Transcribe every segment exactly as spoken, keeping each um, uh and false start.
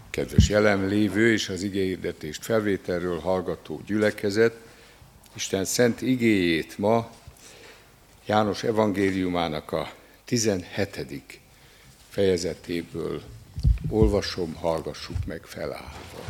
Kedves jelenlévő és az igéhirdetést felvételről hallgató gyülekezet, Isten szent igéjét ma János evangéliumának a tizenhetedik fejezetéből olvasom, hallgassuk meg felállva.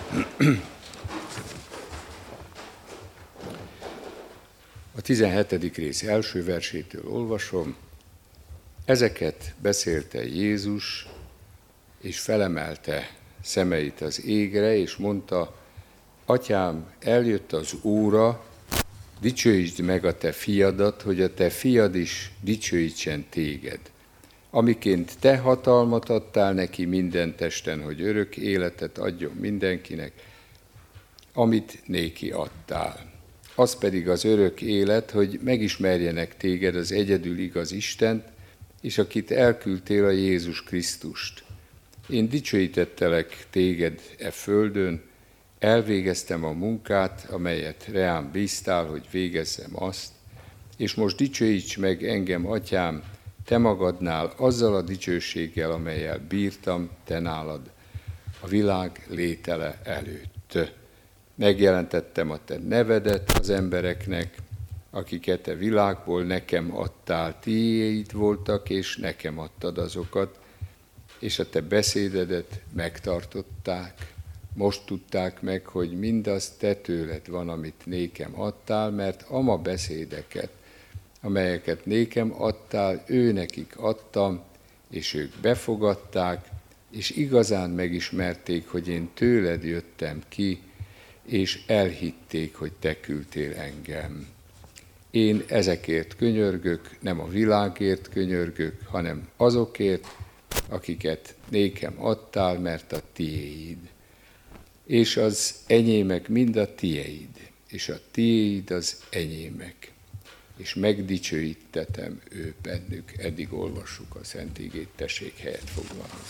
A tizenhetedik rész első versétől olvasom. Ezeket beszélte Jézus, és felemelte szemeit az égre, és mondta: Atyám, eljött az óra, dicsőítsd meg a te fiadat, hogy a te fiad is dicsőítsen téged. Amiként te hatalmat adtál neki minden testen, hogy örök életet adjon mindenkinek, amit néki adtál. Az pedig az örök élet, hogy megismerjenek téged, az egyedül igaz Istent, és akit elküldtél, a Jézus Krisztust. Én dicsőítettelek téged e földön, elvégeztem a munkát, amelyet reám bíztál, hogy végezzem azt, és most dicsőíts meg engem, Atyám, te magadnál azzal a dicsőséggel, amellyel bírtam te nálad a világ létele előtt. Megjelentettem a te nevedet az embereknek, akiket te világból nekem adtál, tiéd voltak, és nekem adtad azokat, és a te beszédedet megtartották. Most tudták meg, hogy mindaz te tőled van, amit nékem adtál, mert ama beszédeket, amelyeket nékem adtál, ő nekik adtam, és ők befogadták, és igazán megismerték, hogy én tőled jöttem ki, és elhitték, hogy te küldtél engem. Én ezekért könyörgök, nem a világért könyörgök, hanem azokért, akiket nékem adtál, mert a tiéd. És az enyémek mind a tiéd, és a tiéd az enyémek. És megdicsőítetem ő bennük. Eddig olvassuk a Szent Igét, tessék helyet foglalni.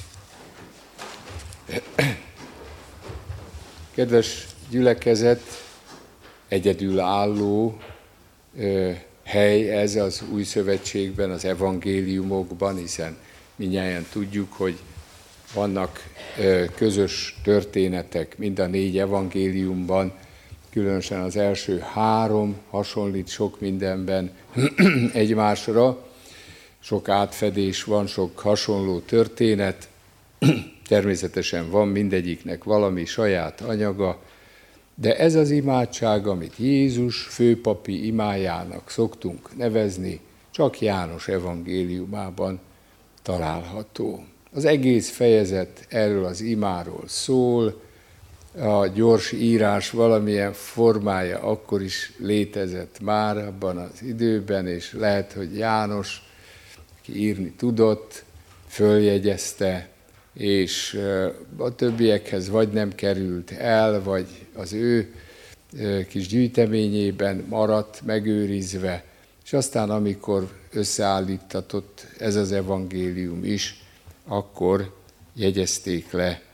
Kedves gyülekezet, egyedülálló hely ez az Új Szövetségben, az evangéliumokban, hiszen mindnyájan tudjuk, hogy vannak közös történetek mind a négy evangéliumban, különösen az első három hasonlít sok mindenben egymásra, sok átfedés van, sok hasonló történet, természetesen van mindegyiknek valami saját anyaga, de ez az imádság, amit Jézus főpapi imájának szoktunk nevezni, csak János evangéliumában található. Az egész fejezet erről az imáról szól, a gyors írás valamilyen formája akkor is létezett már abban az időben, és lehet, hogy János, aki írni tudott, följegyezte, és a többiekhez vagy nem került el, vagy az ő kis gyűjteményében maradt megőrizve, és aztán amikor összeállítatott ez az evangélium is, akkor jegyezték le,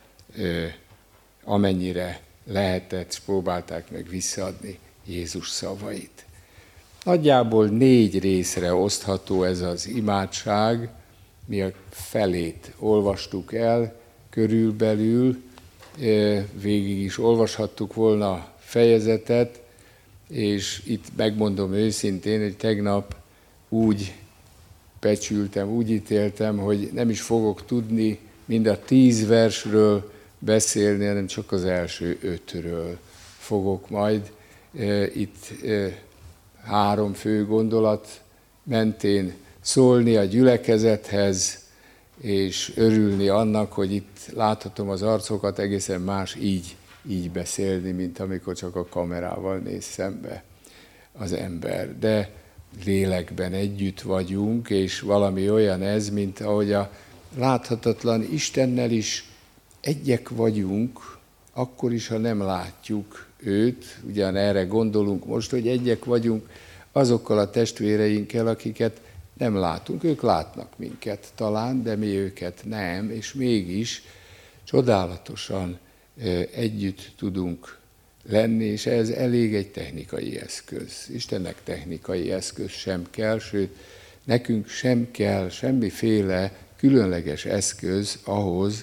amennyire lehetett, és próbálták meg visszaadni Jézus szavait. Nagyjából négy részre osztható ez az imádság, mi a felét olvastuk el körülbelül, végig is olvashattuk volna a fejezetet, és itt megmondom őszintén, hogy tegnap úgy becsültem, úgy ítéltem, hogy nem is fogok tudni mind a tíz versről beszélni, hanem csak az első ötről fogok majd itt három fő gondolat mentén szólni a gyülekezethez, és örülni annak, hogy itt láthatom az arcokat, egészen más így, így beszélni, mint amikor csak a kamerával néz szembe az ember. De lélekben együtt vagyunk, és valami olyan ez, mint ahogy a láthatatlan Istennel is egyek vagyunk, akkor is, ha nem látjuk őt, ugyan erre gondolunk most, hogy egyek vagyunk azokkal a testvéreinkkel, akiket nem látunk. Ők látnak minket talán, de mi őket nem, és mégis csodálatosan együtt tudunk lenni, és ez elég egy technikai eszköz. Istennek technikai eszköz sem kell, sőt, nekünk sem kell semmiféle különleges eszköz ahhoz,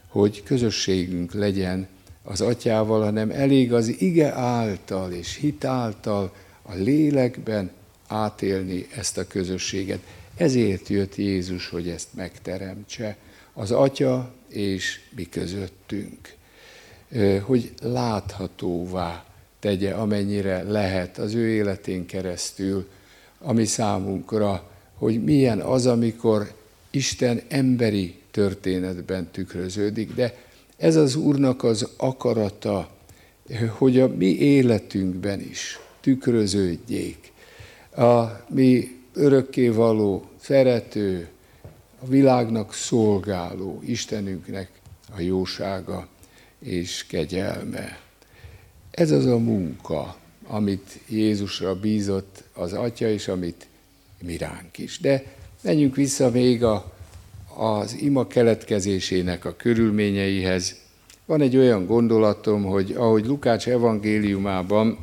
hogy közösségünk legyen az Atyával, hanem elég az ige által és hit által a lélekben átélni ezt a közösséget. Ezért jött Jézus, hogy ezt megteremtse. Az Atya és mi közöttünk. Hogy láthatóvá tegye, amennyire lehet az ő életén keresztül, ami számunkra, hogy milyen az, amikor Isten emberi történetben tükröződik, de ez az Úrnak az akarata, hogy a mi életünkben is tükröződjék. A mi örökkévaló, szerető, a világnak szolgáló Istenünknek a jósága és kegyelme. Ez az a munka, amit Jézusra bízott az Atya, és amit mi ránk is. De menjünk vissza még a, az ima keletkezésének a körülményeihez. Van egy olyan gondolatom, hogy ahogy Lukács evangéliumában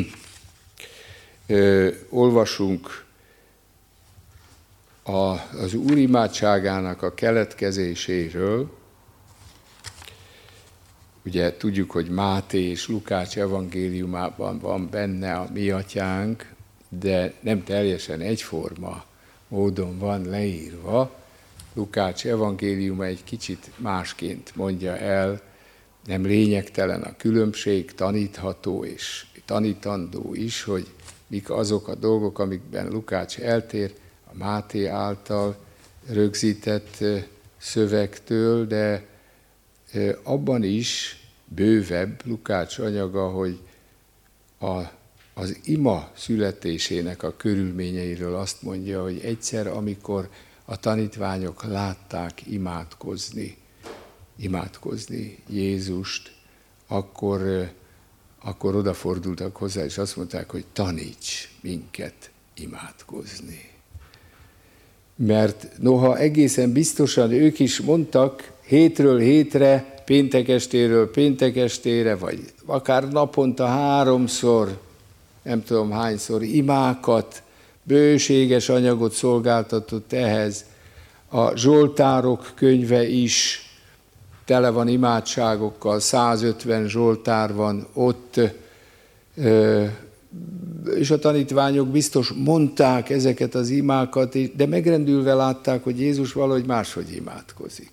ö, olvasunk a, az Úr imádságának a keletkezéséről, ugye tudjuk, hogy Máté és Lukács evangéliumában van benne a mi atyánk, de nem teljesen egyforma módon van leírva. Lukács evangéliuma egy kicsit másként mondja el, nem lényegtelen a különbség, tanítható és tanítandó is, hogy mik azok a dolgok, amikben Lukács eltér a Máté által rögzített szövegtől, de abban is bővebb Lukács anyaga, hogy a, az ima születésének a körülményeiről azt mondja, hogy egyszer, amikor a tanítványok látták imádkozni, imádkozni Jézust, akkor, akkor odafordultak hozzá, és azt mondták, hogy taníts minket imádkozni. Mert noha egészen biztosan ők is mondtak hétről hétre, péntek estéről péntek estére, vagy akár naponta háromszor, nem tudom hányszor imákat, bőséges anyagot szolgáltatott ehhez. A Zsoltárok könyve is tele van imádságokkal, százötven zsoltár van ott, és a tanítványok biztos mondták ezeket az imákat, de megrendülve látták, hogy Jézus valahogy máshogy imádkozik.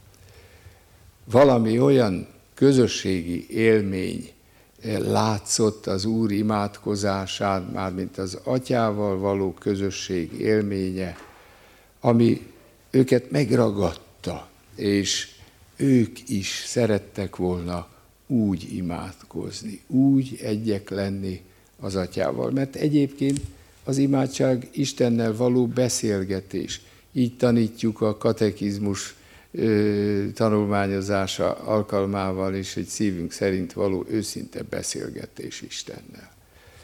Valami olyan közösségi élmény látszott az Úr imádkozásán, mármint az Atyával való közösség élménye, ami őket megragadta, és ők is szerettek volna úgy imádkozni, úgy egyek lenni az Atyával. Mert egyébként az imádság Istennel való beszélgetés. Így tanítjuk a katekizmus ö, tanulmányozása alkalmával is, egy szívünk szerint való őszinte beszélgetés Istennel.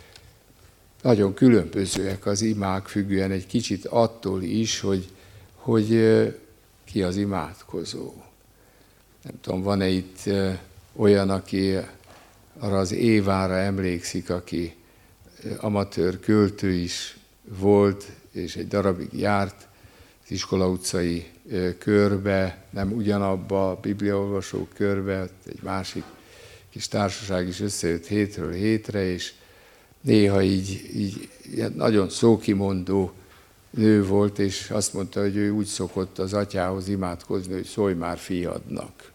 Nagyon különbözőek az imák, függően egy kicsit attól is, hogy, hogy ö, ki az imádkozó. Nem tudom, van-e itt ö, olyan, aki arra az Évára emlékszik, aki amatőr költő is volt, és egy darabig járt az Iskola utcai körbe, nem ugyanabba a bibliaolvasó körbe, egy másik kis társaság is összejött hétről hétre, és néha így, így nagyon szókimondó nő volt, és azt mondta, hogy ő úgy szokott az Atyához imádkozni, hogy szólj már fiadnak,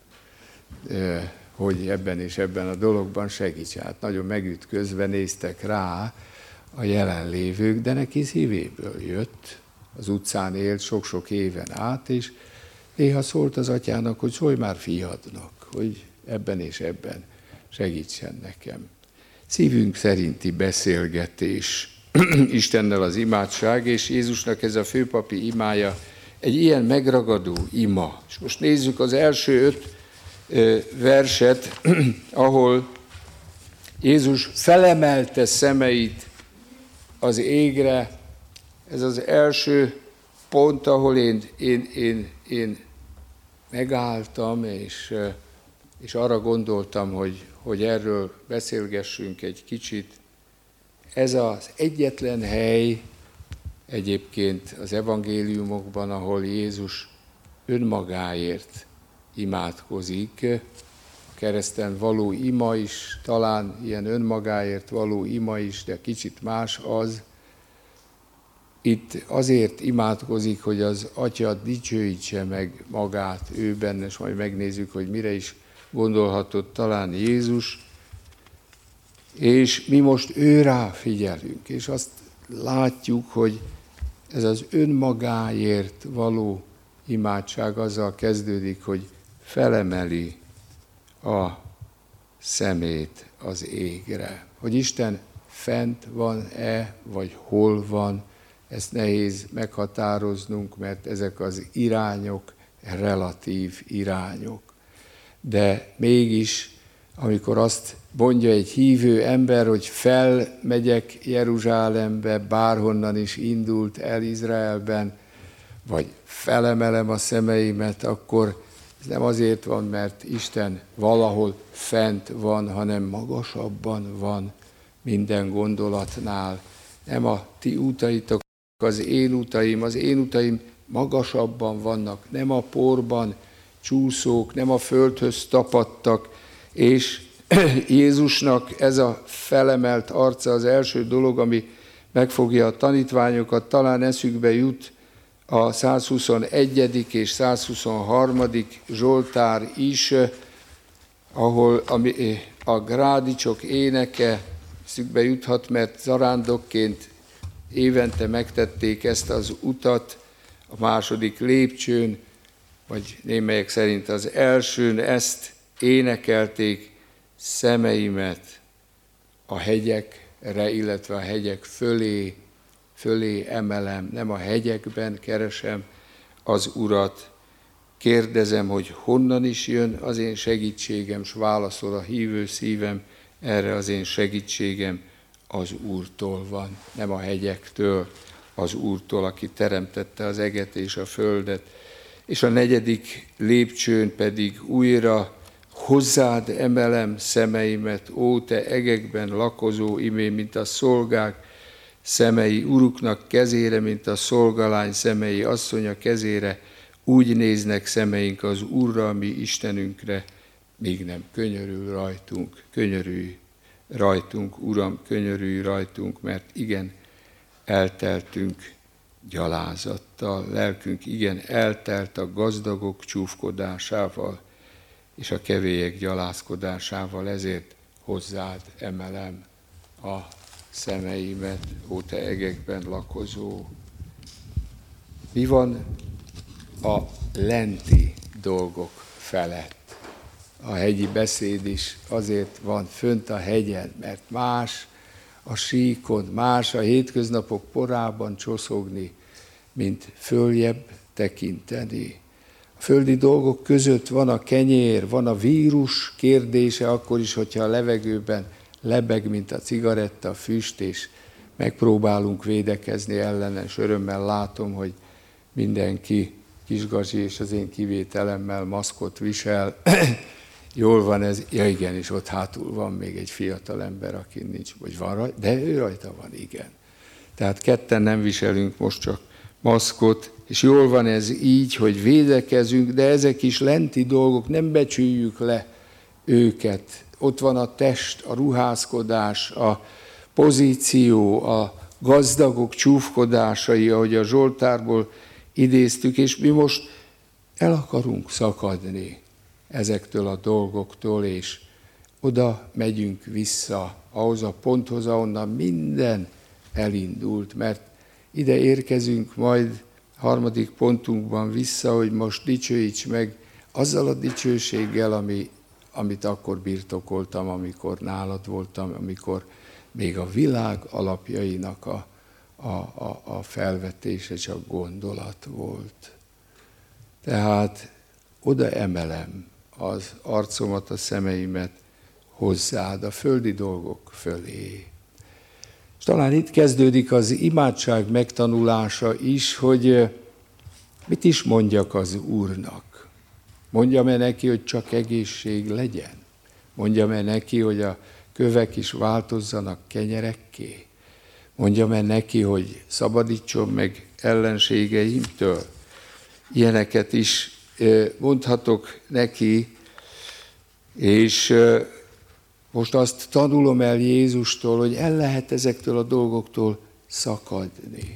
hogy ebben és ebben a dologban segíts. Hát nagyon megütközve néztek rá a jelenlévők, de neki szívéből jött, az utcán élt sok-sok éven át, és néha szólt az Atyának, hogy szólj már fiadnak, hogy ebben és ebben segítsen nekem. Szívünk szerinti beszélgetés Istennel az imádság, és Jézusnak ez a főpapi imája egy ilyen megragadó ima. És most nézzük az első öt verset, ahol Jézus felemelte szemeit az égre. Ez az első pont, ahol én, én, én, én megálltam, és, és arra gondoltam, hogy, hogy erről beszélgessünk egy kicsit. Ez az egyetlen hely egyébként az evangéliumokban, ahol Jézus önmagáért imádkozik. A kereszten való ima is, talán ilyen önmagáért való ima is, de kicsit más az. Itt azért imádkozik, hogy az Atya dicsőítse meg magát ő benne, és majd megnézzük, hogy mire is gondolhatott talán Jézus, és mi most őrá figyelünk, és azt látjuk, hogy ez az önmagáért való imádság azzal kezdődik, hogy felemeli a szemét az égre. Hogy Isten fent van-e, vagy hol van, ezt nehéz meghatároznunk, mert ezek az irányok relatív irányok. De mégis, amikor azt mondja egy hívő ember, hogy felmegyek Jeruzsálembe, bárhonnan is indult el Izraelben, vagy felemelem a szemeimet, akkor ez nem azért van, mert Isten valahol fent van, hanem magasabban van minden gondolatnál. Nem a ti útaitok az én utaim, az én utaim magasabban vannak, nem a porban csúszók, nem a földhöz tapadtak, és Jézusnak ez a felemelt arca az első dolog, ami megfogja a tanítványokat, talán eszükbe jut a százhuszonegyedik és százhuszonharmadik Zsoltár is, ahol a grádicsok éneke eszükbe juthat, mert zarándokként évente megtették ezt az utat a második lépcsőn, vagy némelyek szerint az elsőn ezt énekelték, szemeimet a hegyekre, illetve a hegyek fölé, fölé emelem, nem a hegyekben keresem az Urat. Kérdezem, hogy honnan is jön az én segítségem, s válaszol a hívő szívem, erre az én segítségem az Úrtól van, nem a hegyektől, az Úrtól, aki teremtette az eget és a földet. És a negyedik lépcsőn pedig újra hozzád emelem szemeimet, ó, te egekben lakozó imé, mint a szolgák szemei uruknak kezére, mint a szolgalány szemei asszonya kezére, úgy néznek szemeink az Úrra, mi Istenünkre, még nem könyörül rajtunk, könyörülj rajtunk, Uram, könyörülj rajtunk, mert igen, elteltünk gyalázattal, lelkünk igen eltelt a gazdagok csúfkodásával, és a kevélyek gyalázkodásával, ezért hozzád emelem a szemeimet, ó te egekben lakozó. Mi van a lenti dolgok felett? A hegyi beszéd is azért van fönt a hegyen, mert más a síkon, más a hétköznapok porában csoszogni, mint följebb tekinteni. A földi dolgok között van a kenyér, van a vírus kérdése, akkor is, hogyha a levegőben lebeg, mint a cigaretta, füst, és megpróbálunk védekezni ellene, és örömmel látom, hogy mindenki, Kisgazsi és az én kivételemmel maszkot visel. Jól van ez, ja igen, és ott hátul van még egy fiatal ember, aki nincs, vagy van rajta, de ő rajta van, igen. Tehát ketten nem viselünk most csak maszkot, és jól van ez így, hogy védekezünk, de ezek is lenti dolgok, nem becsüljük le őket. Ott van a test, a ruházkodás, a pozíció, a gazdagok csúfkodásai, ahogy a Zsoltárból idéztük, és mi most el akarunk szakadni ezektől a dolgoktól, és oda megyünk vissza, ahhoz a ponthoz, ahonnan minden elindult, mert ide érkezünk majd harmadik pontunkban vissza, hogy most dicsőíts meg azzal a dicsőséggel, ami, amit akkor birtokoltam, amikor nálad voltam, amikor még a világ alapjainak a, a, a, a felvetése csak gondolat volt. Tehát oda emelem az arcomat, a szemeimet hozzád, a földi dolgok fölé. És talán itt kezdődik az imádság megtanulása is, hogy mit is mondjak az Úrnak. Mondjam-e neki, hogy csak egészség legyen? Mondjam-e neki, hogy a kövek is változzanak kenyerekké? Mondjam-e neki, hogy szabadítson meg ellenségeimtől? Ilyeneket is mondhatok neki, és most azt tanulom el Jézustól, hogy el lehet ezektől a dolgoktól szakadni,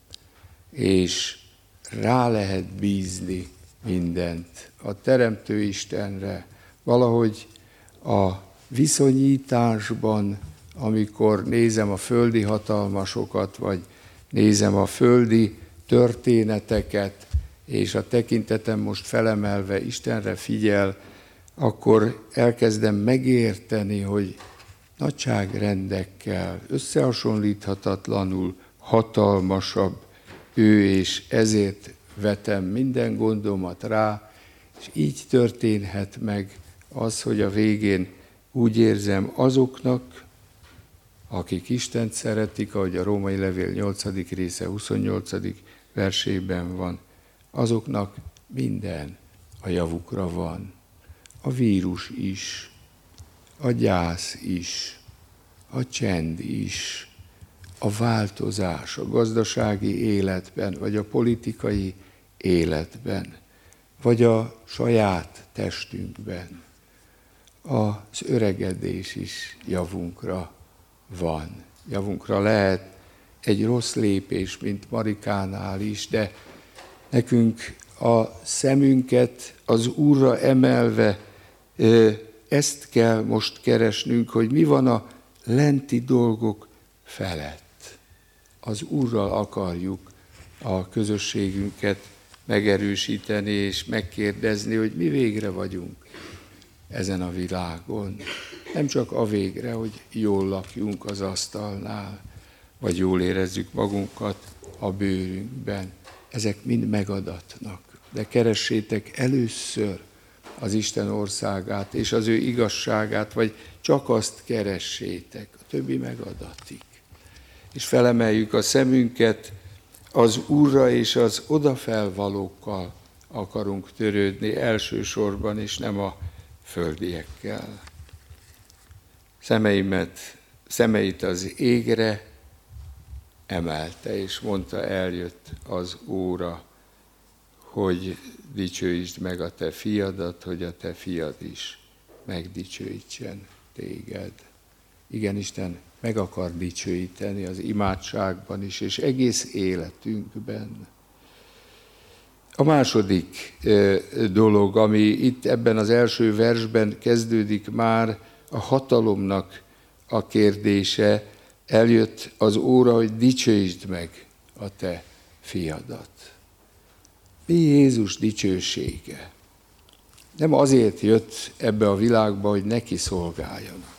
és rá lehet bízni mindent a Teremtő Istenre. Valahogy a viszonyításban, amikor nézem a földi hatalmasokat, vagy nézem a földi történeteket, és a tekintetem most felemelve Istenre figyel, akkor elkezdem megérteni, hogy nagyságrendekkel, összehasonlíthatatlanul hatalmasabb ő, és ezért vetem minden gondomat rá, és így történhet meg az, hogy a végén úgy érzem azoknak, akik Istent szeretik, ahogy a Római Levél nyolcadik része huszonnyolcadik versében van, azoknak minden a javukra van. A vírus is, a gyász is, a csend is, a változás a gazdasági életben, vagy a politikai életben, vagy a saját testünkben. Az öregedés is javunkra van. Javunkra lehet egy rossz lépés, mint Marikánál is, de nekünk a szemünket az Úrra emelve ezt kell most keresnünk, hogy mi van a lenti dolgok felett. Az Úrral akarjuk a közösségünket megerősíteni és megkérdezni, hogy mi végre vagyunk ezen a világon. Nem csak a végre, hogy jól lakjunk az asztalnál, vagy jól érezzük magunkat a bőrünkben. Ezek mind megadatnak. De keressétek először az Isten országát és az ő igazságát, vagy csak azt keressétek, a többi megadatik. És felemeljük a szemünket az Úrra, és az odafelvalókkal akarunk törődni elsősorban, és nem a földiekkel. Szemeimet, szemeit az égre emelte, és mondta, eljött az óra, hogy dicsőítsd meg a te fiadat, hogy a te fiad is megdicsőítsen téged. Igen, Isten meg akar dicsőíteni az imádságban is, és egész életünkben. A második dolog, ami itt ebben az első versben kezdődik már, a hatalomnak a kérdése. Eljött az óra, hogy dicsőítsd meg a te fiadat. Mi Jézus dicsősége? Nem azért jött ebbe a világba, hogy neki szolgáljanak.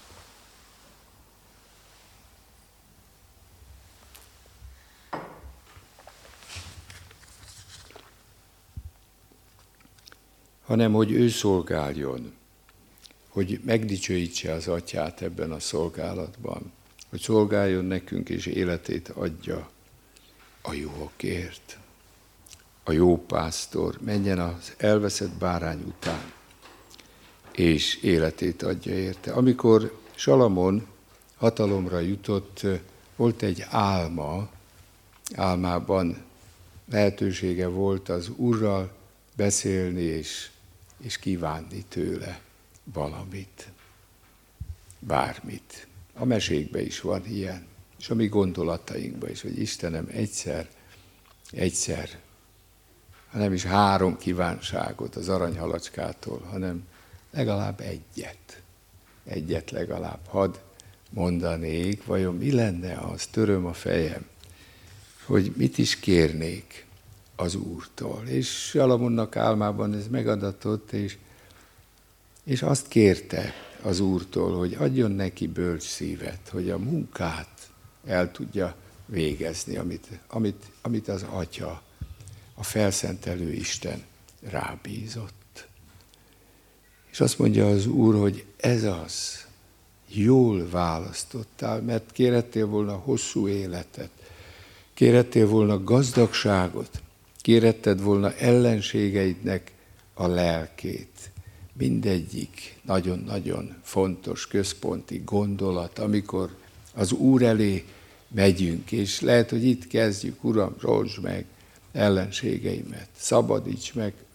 Hanem hogy ő szolgáljon, hogy megdicsőítse az Atyát ebben a szolgálatban, hogy szolgáljon nekünk és életét adja a juhokért. A jó pásztor menjen az elveszett bárány után, és életét adja érte. Amikor Salamon hatalomra jutott, volt egy álma, álmában lehetősége volt az Úrral beszélni és, és kívánni tőle valamit, bármit. A mesékben is van ilyen, és a mi gondolatainkban is, hogy Istenem egyszer, egyszer, hanem is három kívánságot az aranyhalacskától, hanem legalább egyet, egyet legalább hadd mondanék, vajon mi lenne az, töröm a fejem, hogy mit is kérnék az Úrtól. És Salamonnak álmában ez megadatott, és, és azt kérte az Úrtól, hogy adjon neki bölcs szívet, hogy a munkát el tudja végezni, amit, amit, amit az Atya, a felszentelő Isten rábízott. És azt mondja az Úr, hogy ez az, jól választottál, mert kérhettél volna hosszú életet, kérhettél volna gazdagságot, kérhetted volna ellenségeidnek a lelkét. Mindegyik nagyon-nagyon fontos központi gondolat, amikor az Úr elé megyünk, és lehet, hogy itt kezdjük, Uram, zsoldsd meg ellenségeimet, szabadíts meg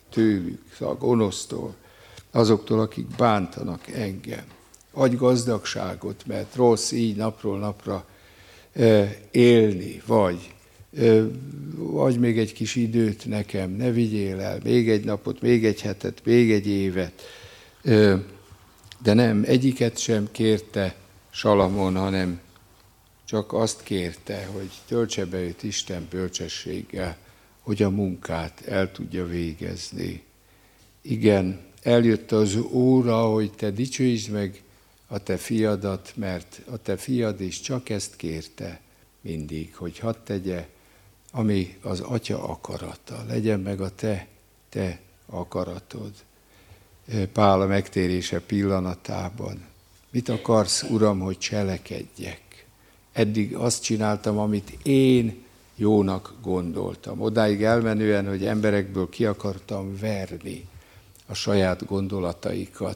tőlük, a gonosztól, azoktól, akik bántanak engem. Adj gazdagságot, mert rossz így napról napra élni, vagy adj még egy kis időt nekem, ne vigyél el, még egy napot, még egy hetet, még egy évet. De nem, egyiket sem kérte Salamon, hanem csak azt kérte, hogy töltse be őt Isten bölcsességgel, hogy a munkát el tudja végezni. Igen, eljött az óra, hogy te dicsőítsd meg a te fiadat, mert a te fiad is csak ezt kérte mindig, hogy hadd tegye, ami az atya akarata, legyen meg a te, te akaratod. Pál a megtérése pillanatában. Mit akarsz, Uram, hogy cselekedjek? Eddig azt csináltam, amit én jónak gondoltam. Odáig elmenően, hogy emberekből ki akartam verni a saját gondolataikat.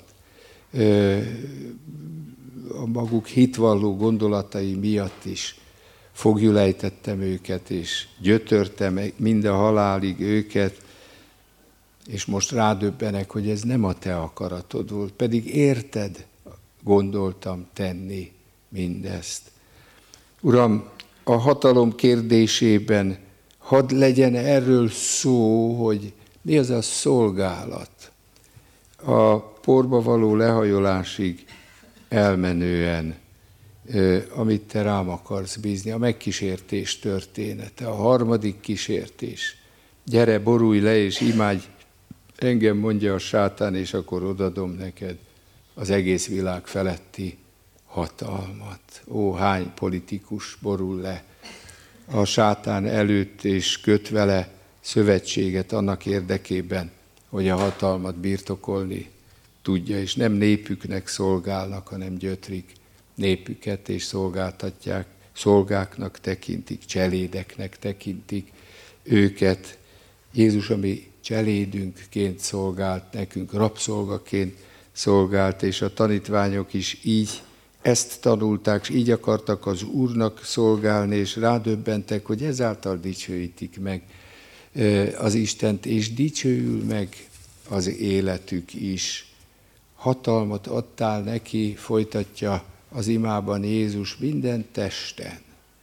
A maguk hitvalló gondolatai miatt is fogjulejtettem őket, és gyötörtem mind a halálig őket, és most rádöbbenek, hogy ez nem a te akaratod volt, pedig érted, gondoltam tenni mindezt. Uram, a hatalom kérdésében hadd legyen erről szó, hogy mi az a szolgálat. A porba való lehajolásig elmenően, amit te rám akarsz bízni, a megkísértés története, a harmadik kísértés. Gyere, borulj le és imádj, engem mondja a sátán, és akkor odadom neked az egész világ feletti hatalmat. Ó, hány politikus borul le a sátán előtt, és köt vele szövetséget annak érdekében, hogy a hatalmat birtokolni tudja, és nem népüknek szolgálnak, hanem gyötrik népüket, és szolgáltatják, szolgáknak tekintik, cselédeknek tekintik őket. Jézus, ami cselédünkként szolgált nekünk, rabszolgaként szolgált, és a tanítványok is így ezt tanulták, és így akartak az Úrnak szolgálni, és rádöbbentek, hogy ezáltal dicsőítik meg az Istent, és dicsőül meg az életük is. Hatalmat adtál neki, folytatja az imában Jézus, minden testen.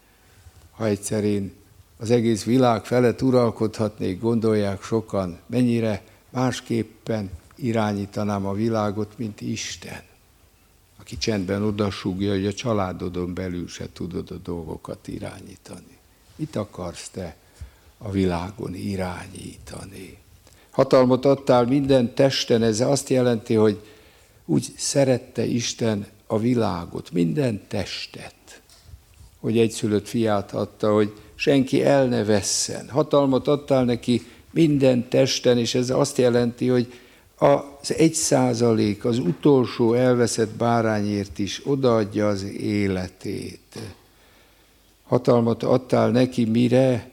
Ha egyszer én az egész világ felett uralkodhatnék, gondolják sokan, mennyire másképpen irányítanám a világot, mint Isten, aki csendben odasúgja, hogy a családodon belül se tudod a dolgokat irányítani. Mit akarsz te a világon irányítani? Hatalmat adtál minden testen, ez azt jelenti, hogy úgy szerette Isten a világot, minden testet, hogy egyszülött fiát adta, hogy senki el ne vesszen. Hatalmat adtál neki minden testen, és ez azt jelenti, hogy az egy százalék, az utolsó elveszett bárányért is odaadja az életét. Hatalmat adtál neki mire?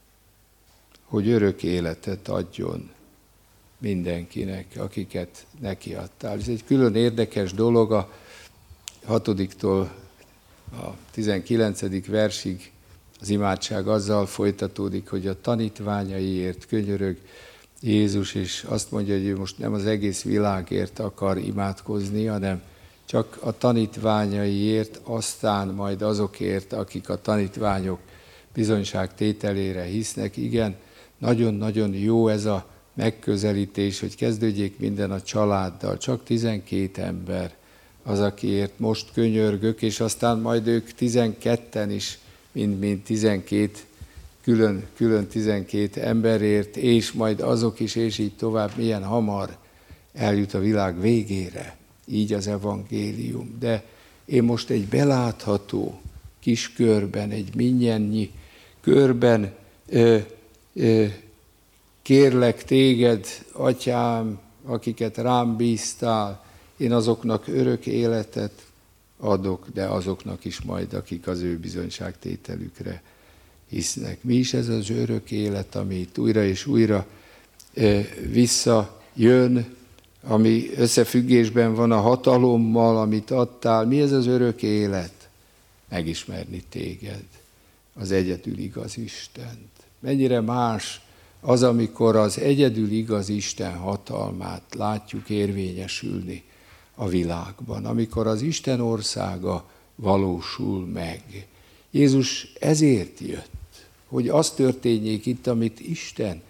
Hogy örök életet adjon mindenkinek, akiket neki adtál. Ez egy külön érdekes dolog, a hatodiktól a tizenkilencedik versig az imádság azzal folytatódik, hogy a tanítványaiért könyörög Jézus, és azt mondja, hogy ő most nem az egész világért akar imádkozni, hanem csak a tanítványaiért, aztán majd azokért, akik a tanítványok bizonyságtételére hisznek. Igen, nagyon-nagyon jó ez a megközelítés, hogy kezdődjék minden a családdal, csak tizenkét ember az, akiért most könyörgök, és aztán majd ők tizenketten is, mind-mind tizenkét, külön, külön tizenkét emberért, és majd azok is, és így tovább, milyen hamar eljut a világ végére, így az evangélium. De én most egy belátható kis körben, egy minnyenyi körben ö, ö, kérlek téged, atyám, akiket rám bíztál, én azoknak örök életet adok, de azoknak is majd, akik az ő bizonyságtételükre hisznek. Mi is ez az örök élet, ami itt újra és újra visszajön, ami összefüggésben van a hatalommal, amit adtál. Mi ez az örök élet? Megismerni téged, az egyedül igaz Istent. Mennyire más az, amikor az egyedül igaz Isten hatalmát látjuk érvényesülni a világban, amikor az Isten országa valósul meg. Jézus ezért jött, hogy az történjék itt, amit Isten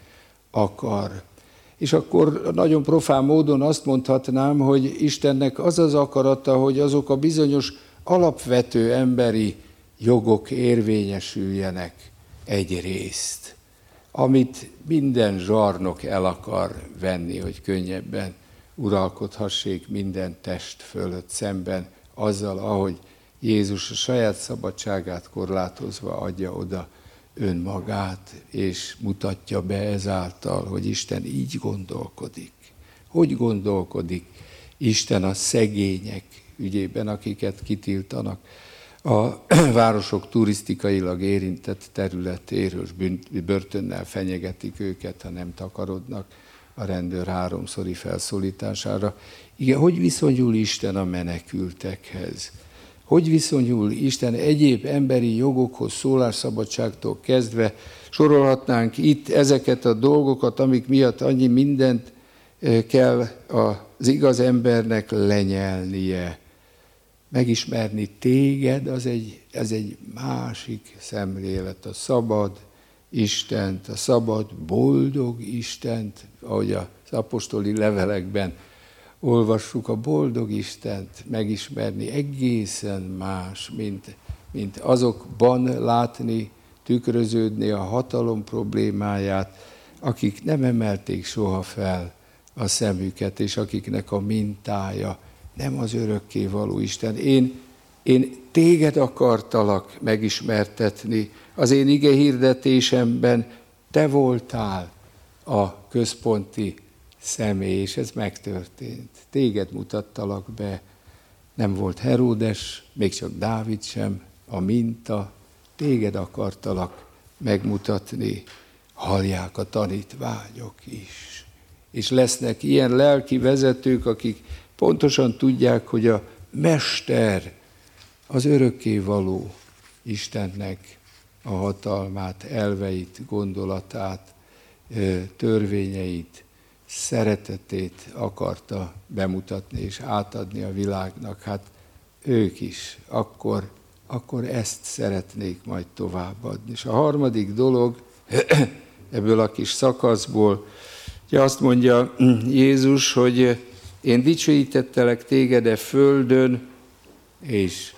akar. És akkor nagyon profán módon azt mondhatnám, hogy Istennek az az akarata, hogy azok a bizonyos alapvető emberi jogok érvényesüljenek egyrészt, amit minden zsarnok el akar venni, hogy könnyebben uralkodhassék minden test fölött szemben azzal, ahogy Jézus a saját szabadságát korlátozva adja oda önmagát, és mutatja be ezáltal, hogy Isten így gondolkodik. Hogy gondolkodik Isten a szegények ügyében, akiket kitiltanak a városok turisztikailag érintett területéről, börtönnel fenyegetik őket, ha nem takarodnak a rendőr háromszori felszólítására. Igen, hogy viszonyul Isten a menekültekhez? Hogy viszonyul Isten egyéb emberi jogokhoz, szólásszabadságtól kezdve? Sorolhatnánk itt ezeket a dolgokat, amik miatt annyi mindent kell az igaz embernek lenyelnie. Megismerni téged, az egy, ez egy másik szemlélet, a szabad Istent, a szabad, boldog Istent, ahogy az apostoli levelekben olvassuk, a boldog Istent megismerni egészen más, mint, mint azokban látni, tükröződni a hatalom problémáját, akik nem emelték soha fel a szemüket, és akiknek a mintája nem az örökkévaló Isten. Én, én téged akartalak megismertetni, az én ige hirdetésemben te voltál a központi személy, és ez megtörtént. Téged mutattalak be, nem volt Heródes, még csak Dávid sem, a minta, téged akartalak megmutatni, hallják a tanítványok is. És lesznek ilyen lelki vezetők, akik pontosan tudják, hogy a Mester az örökkévaló Istennek a hatalmát, elveit, gondolatát, törvényeit, szeretetét akarta bemutatni és átadni a világnak. Hát ők is akkor, akkor ezt szeretnék majd továbbadni. És a harmadik dolog ebből a kis szakaszból, ugye azt mondja Jézus, hogy én dicsőítettelek téged e földön, és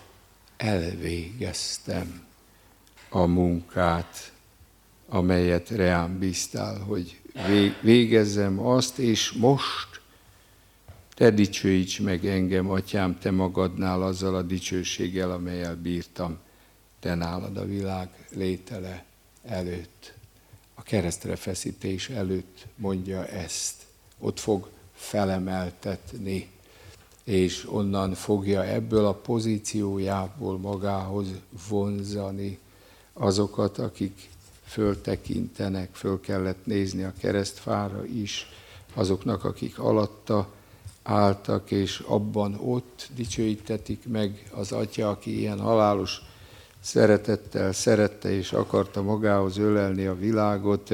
elvégeztem a munkát, amelyet reám bíztál, hogy végezzem azt, és most te dicsőíts meg engem, atyám, te magadnál azzal a dicsőséggel, amellyel bírtam te nálad a világ létele előtt. A keresztre feszítés előtt mondja ezt. Ott fog felemeltetni, és onnan fogja ebből a pozíciójából magához vonzani azokat, akik föltekintenek, föl kellett nézni a keresztfára is, azoknak, akik alatta álltak, és abban ott dicsőítetik meg az Atya, aki ilyen halálos szeretettel szerette és akarta magához ölelni a világot.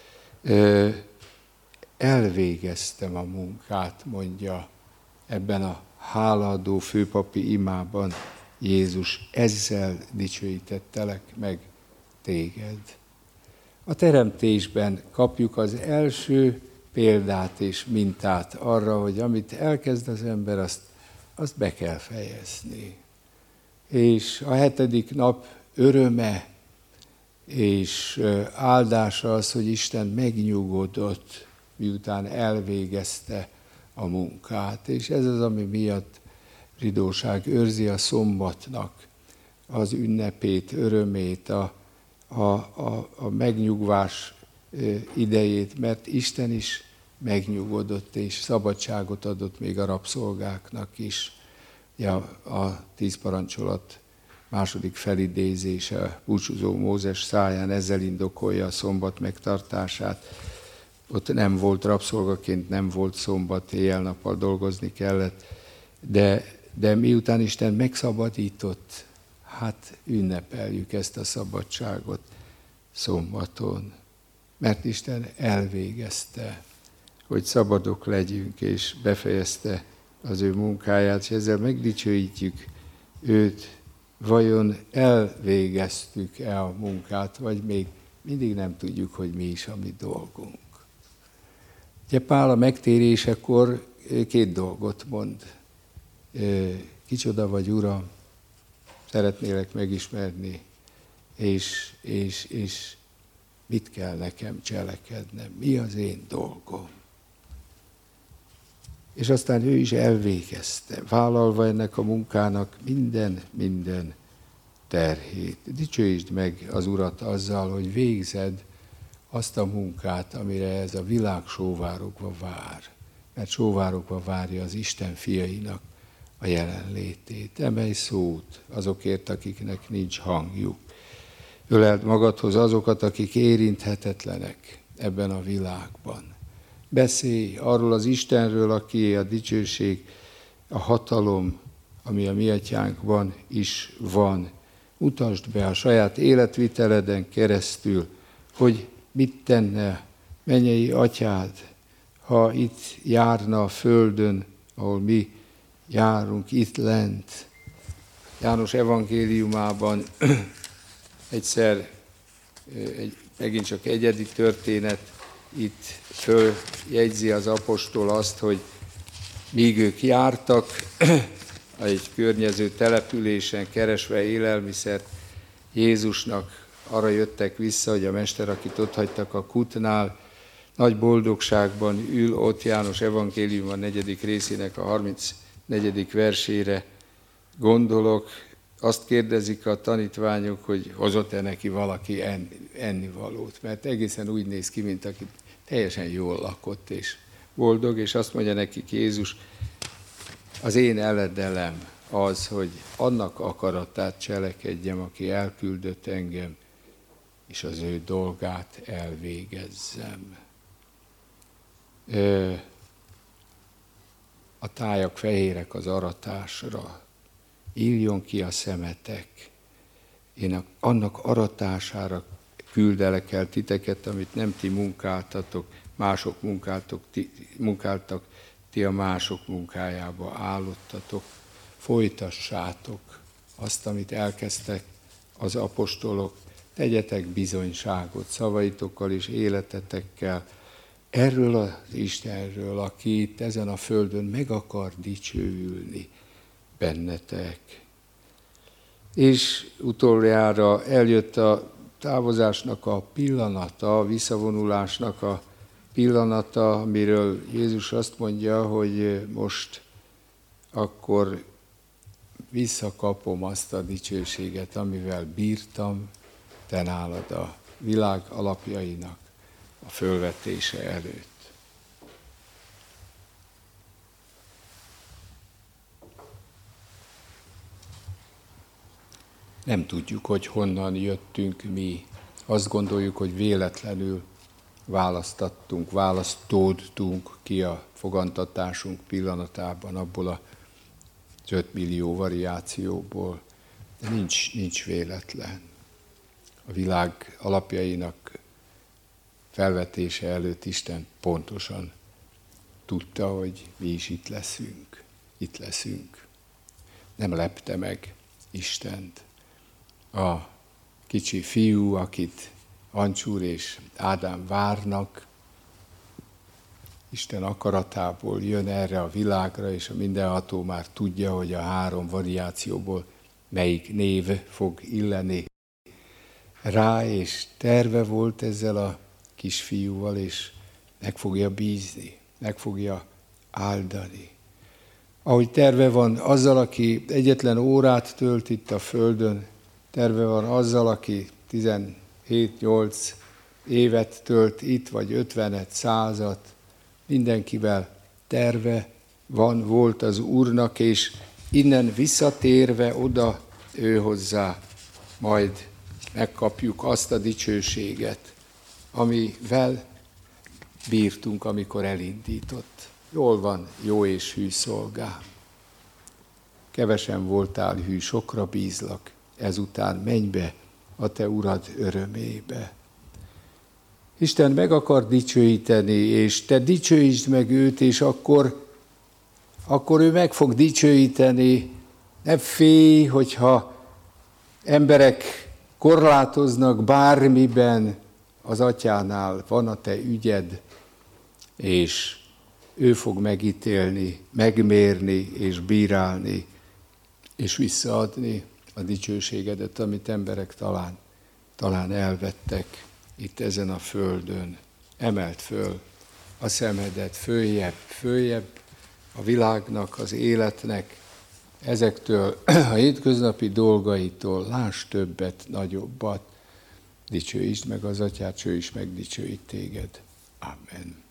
Elvégeztem a munkát, mondja ebben a hálaadó főpapi imában Jézus, ezzel dicsőítettelek meg téged. A teremtésben kapjuk az első példát és mintát arra, hogy amit elkezd az ember, azt, azt be kell fejezni. És a hetedik nap öröme és áldása az, hogy Isten megnyugodott, miután elvégezte a munkát. És ez az, ami miatt zsidóság őrzi a szombatnak az ünnepét, örömét, a, a, a, a megnyugvás idejét, mert Isten is megnyugodott, és szabadságot adott még a rabszolgáknak is. Ja, a tíz parancsolat második felidézése, búcsúzó Mózes száján ezzel indokolja a szombat megtartását. Ott nem volt rabszolgaként, nem volt szombat, éjjel-nappal dolgozni kellett, de, de miután Isten megszabadított, hát ünnepeljük ezt a szabadságot szombaton. mert Isten elvégezte, hogy szabadok legyünk, és befejezte az ő munkáját, és ezzel megdicsőítjük őt. Vajon elvégeztük-e a munkát, vagy még mindig nem tudjuk, hogy mi is a mi dolgunk. Ugye Pál a megtérésekor két dolgot mond. Kicsoda vagy, Uram, szeretnélek megismerni, és, és, és mit kell nekem cselekednem, mi az én dolgom. És aztán ő is elvégezte, vállalva ennek a munkának minden, minden terhét. Dicsőítsd meg az Urat azzal, hogy végzed azt a munkát, amire ez a világ sóvárogva vár. Mert sóvárogva várja az Isten fiainak a jelenlétét. Emelj szót azokért, akiknek nincs hangjuk. Öleld magadhoz azokat, akik érinthetetlenek ebben a világban. Beszélj arról az Istenről, aki a dicsőség, a hatalom, ami a mi atyánkban is van. Mutasd be a saját életviteleden keresztül, hogy mit tenne mennyei atyád, ha itt járna a földön, ahol mi járunk, itt lent. János evangéliumában egyszer, egy, megint csak egyedi történet, itt följegyzi az apostol azt, hogy míg ők jártak egy környező településen keresve élelmiszert Jézusnak, arra jöttek vissza, hogy a mester, akit ott hagytak a kútnál, nagy boldogságban ül ott. János evangélium a negyedik részének a harmincnegyedik versére gondolok. Azt kérdezik a tanítványok, hogy hozott-e neki valaki ennivalót, mert egészen úgy néz ki, mint aki teljesen jól lakott és boldog, és azt mondja nekik Jézus, az én eledelem az, hogy annak akaratát cselekedjem, aki elküldött engem, és az ő dolgát elvégezzem. A tájak fehérek az aratásra, írjon ki a szemetek. Én annak aratására küldelek el titeket, amit nem ti munkáltatok, mások munkáltok, ti, munkáltak, ti a mások munkájába állottatok. Folytassátok azt, amit elkezdtek az apostolok, tegyetek bizonyságot szavaitokkal és életetekkel erről az Istenről, aki itt ezen a földön meg akar dicsőülni bennetek. És utoljára eljött a távozásnak a pillanata, a visszavonulásnak a pillanata, amiről Jézus azt mondja, hogy most akkor visszakapom azt a dicsőséget, amivel bírtam te nálad a világ alapjainak a fölvetése előtt. Nem tudjuk, hogy honnan jöttünk mi. Azt gondoljuk, hogy véletlenül választattunk, választódtunk ki a fogantatásunk pillanatában abból az öt millió variációból. De nincs, nincs véletlen. A világ alapjainak felvetése előtt Isten pontosan tudta, hogy mi is itt leszünk. Itt leszünk. Nem lepte meg Istent. A kicsi fiú, akit Ancsúr és Ádám várnak, Isten akaratából jön erre a világra, és a mindenható már tudja, hogy a három variációból melyik név fog illeni rá, és terve volt ezzel a kisfiúval, és meg fogja bízni, meg fogja áldani. Ahogy terve van azzal, aki egyetlen órát tölt itt a földön, terve van azzal, aki tizenhét-nyolc évet tölt itt, vagy ötvenet, százat, mindenkivel terve van, volt az Úrnak, és innen visszatérve oda ő hozzá, majd megkapjuk azt a dicsőséget, amivel bírtunk, amikor elindított. Jól van, jó és hű szolgám. Kevesen voltál hű, sokra bízlak, ezután menj be a te urad örömébe. Isten meg akar dicsőíteni, és te dicsőítsd meg őt, és akkor, akkor ő meg fog dicsőíteni. Ne félj, hogyha emberek korlátoznak bármiben, az atyánál van a te ügyed, és ő fog megítélni, megmérni és bírálni, és visszaadni a dicsőségedet, amit emberek talán, talán elvettek itt ezen a földön. Emeld föl a szemedet, följebb, följebb a világnak, az életnek, ezektől a hétköznapi dolgaitól, láss többet, nagyobbat, dicsőítsd meg az atyát, s ő is megdicsőít téged. Amen.